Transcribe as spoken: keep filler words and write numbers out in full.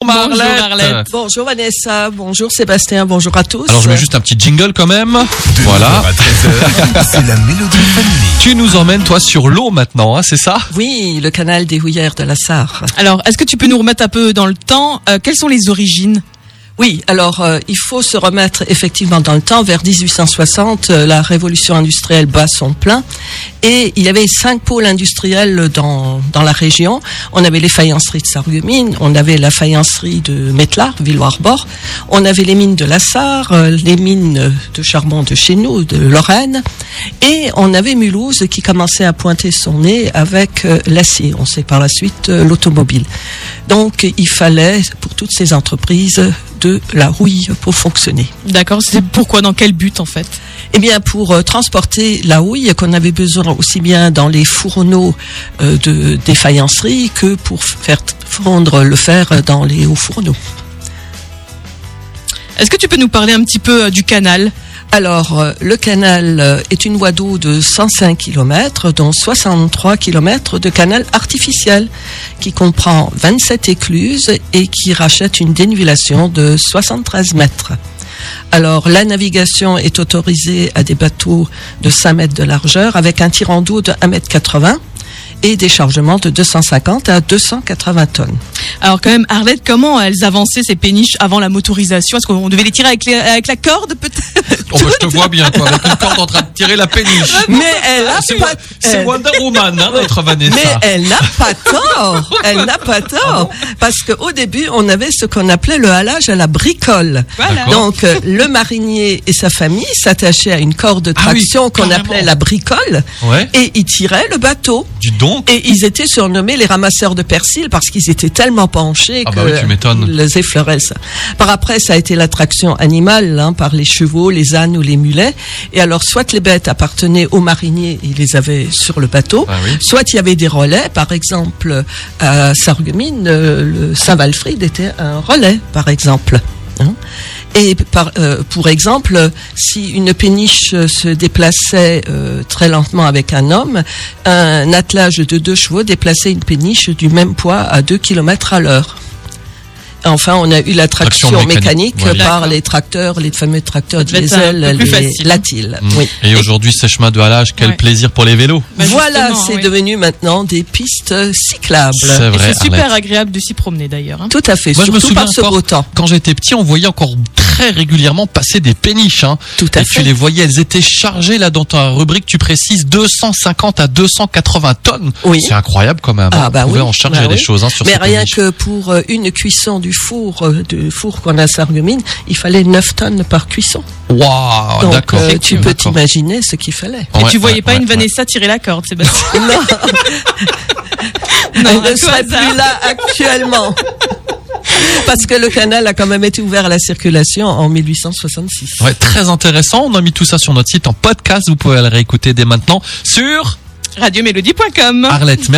Bonjour Arlette. Bonjour Vanessa, bonjour Sébastien, bonjour à tous. Alors je mets juste un petit jingle quand même. De voilà. à treize heures, c'est la Mélodie Family. Tu nous emmènes toi sur l'eau maintenant, hein, c'est ça? Oui, le canal des Houillères de la Sarre. Alors, est-ce que tu peux nous remettre un peu dans le temps euh, Quelles sont les origines? Oui, alors euh, il faut se remettre effectivement dans le temps. Vers dix-huit cent soixante, euh, la révolution industrielle bat son plein et il y avait cinq pôles industriels dans dans la région. On avait les faïenceries de Sarreguemines, on avait la faïencerie de Mettlar, Villoarbor, on avait les mines de la Sarre, euh, les mines de charbon de chez nous, de Lorraine, et on avait Mulhouse qui commençait à pointer son nez avec euh, l'acier. On sait par la suite euh, l'automobile. Donc il fallait pour toutes ces entreprises de la houille pour fonctionner. D'accord, c'est pourquoi, dans quel but en fait? Eh bien, pour euh, transporter la houille qu'on avait besoin aussi bien dans les fourneaux euh, de, des faïenceries que pour faire fondre le fer dans les hauts fourneaux. Est-ce que tu peux nous parler un petit peu euh, du canal? Alors, euh, le canal euh, est une voie d'eau de cent cinq kilomètres, dont soixante-trois kilomètres de canal artificiel, qui comprend vingt-sept écluses et qui rachète une dénivellation de soixante-treize mètres. Alors, la navigation est autorisée à des bateaux de cinq mètres de largeur avec un tirant d'eau de un mètre quatre-vingts et des chargements de deux cent cinquante à deux cent quatre-vingts tonnes. Alors quand même, Arlette, comment elles avançaient ces péniches avant la motorisation? Est-ce qu'on devait les tirer avec, les, avec la corde peut-être? Oh bah, je te vois bien, toi, avec une corde en train de tirer la péniche. Mais elle a C'est, pas... c'est elle- Wonder Woman, hein, notre Vanessa. Mais elle n'a pas tort. Elle n'a pas tort. Parce qu'au début, on avait ce qu'on appelait le halage à la bricole. Voilà. D'accord. Donc, euh, le marinier et sa famille s'attachaient à une corde de Ah oui, traction qu'on carrément. appelait la bricole. Ouais. Et ils tiraient le bateau. Du donc. Et ils étaient surnommés les ramasseurs de persil parce qu'ils étaient tellement penchés Ah que bah oui, tu m'étonnes. ils les effleuraient ça. Par après, ça a été l'attraction animale, hein, par les chevaux, les ânes ou les mulets. Et alors, soit les bêtes appartenaient aux mariniers, ils les avaient sur le bateau, Ah oui. soit il y avait des relais. Par exemple, à Sarreguemines, euh, le Saint-Walfrid était un relais, par exemple. Hein. Et par, euh, pour exemple, si une péniche euh, se déplaçait euh, très lentement avec un homme, un attelage de deux chevaux déplaçait une péniche du même poids à deux kilomètres à l'heure. Enfin, on a eu la traction, Traction mécanique, mécanique, voilà. par les tracteurs, les fameux tracteurs Ça devait être un diesel, peu plus les facile. Latil. Mmh. Oui. Et aujourd'hui, ces chemins de halage, quel Ouais. plaisir pour les vélos. Bah, Voilà, justement, c'est oui. devenu maintenant des pistes cyclables. C'est Et vrai. c'est super Arlette. agréable de s'y promener d'ailleurs. hein. Tout à fait, Moi, je me surtout souviens par ce encore, beau temps. quand j'étais petit, on voyait encore très régulièrement passer des péniches, hein. Tout à Et tu fait. les voyais, elles étaient chargées, là, dans ta rubrique, tu précises deux cent cinquante à deux cent quatre-vingts tonnes. Oui. C'est incroyable quand même. Ah, bah on pouvait oui. en charger Bah des oui. choses, hein, sur Mais ces rien péniches. que pour euh, une cuisson du four, euh, de four qu'on a à Sarreguemines, il fallait neuf tonnes par cuisson. Waouh, Donc, d'accord. euh, tu peux D'accord. t'imaginer ce qu'il fallait. Et Ouais, tu voyais ouais, pas ouais, une ouais. Vanessa tirer la corde, Sébastien? Non, Non, elle à ne tout serait hasard. plus là actuellement. Parce que le canal a quand même été ouvert à la circulation en mille huit cent soixante-six. Ouais, très intéressant. On a mis tout ça sur notre site en podcast. Vous pouvez le réécouter dès maintenant sur radio mélodie point com. Arlette.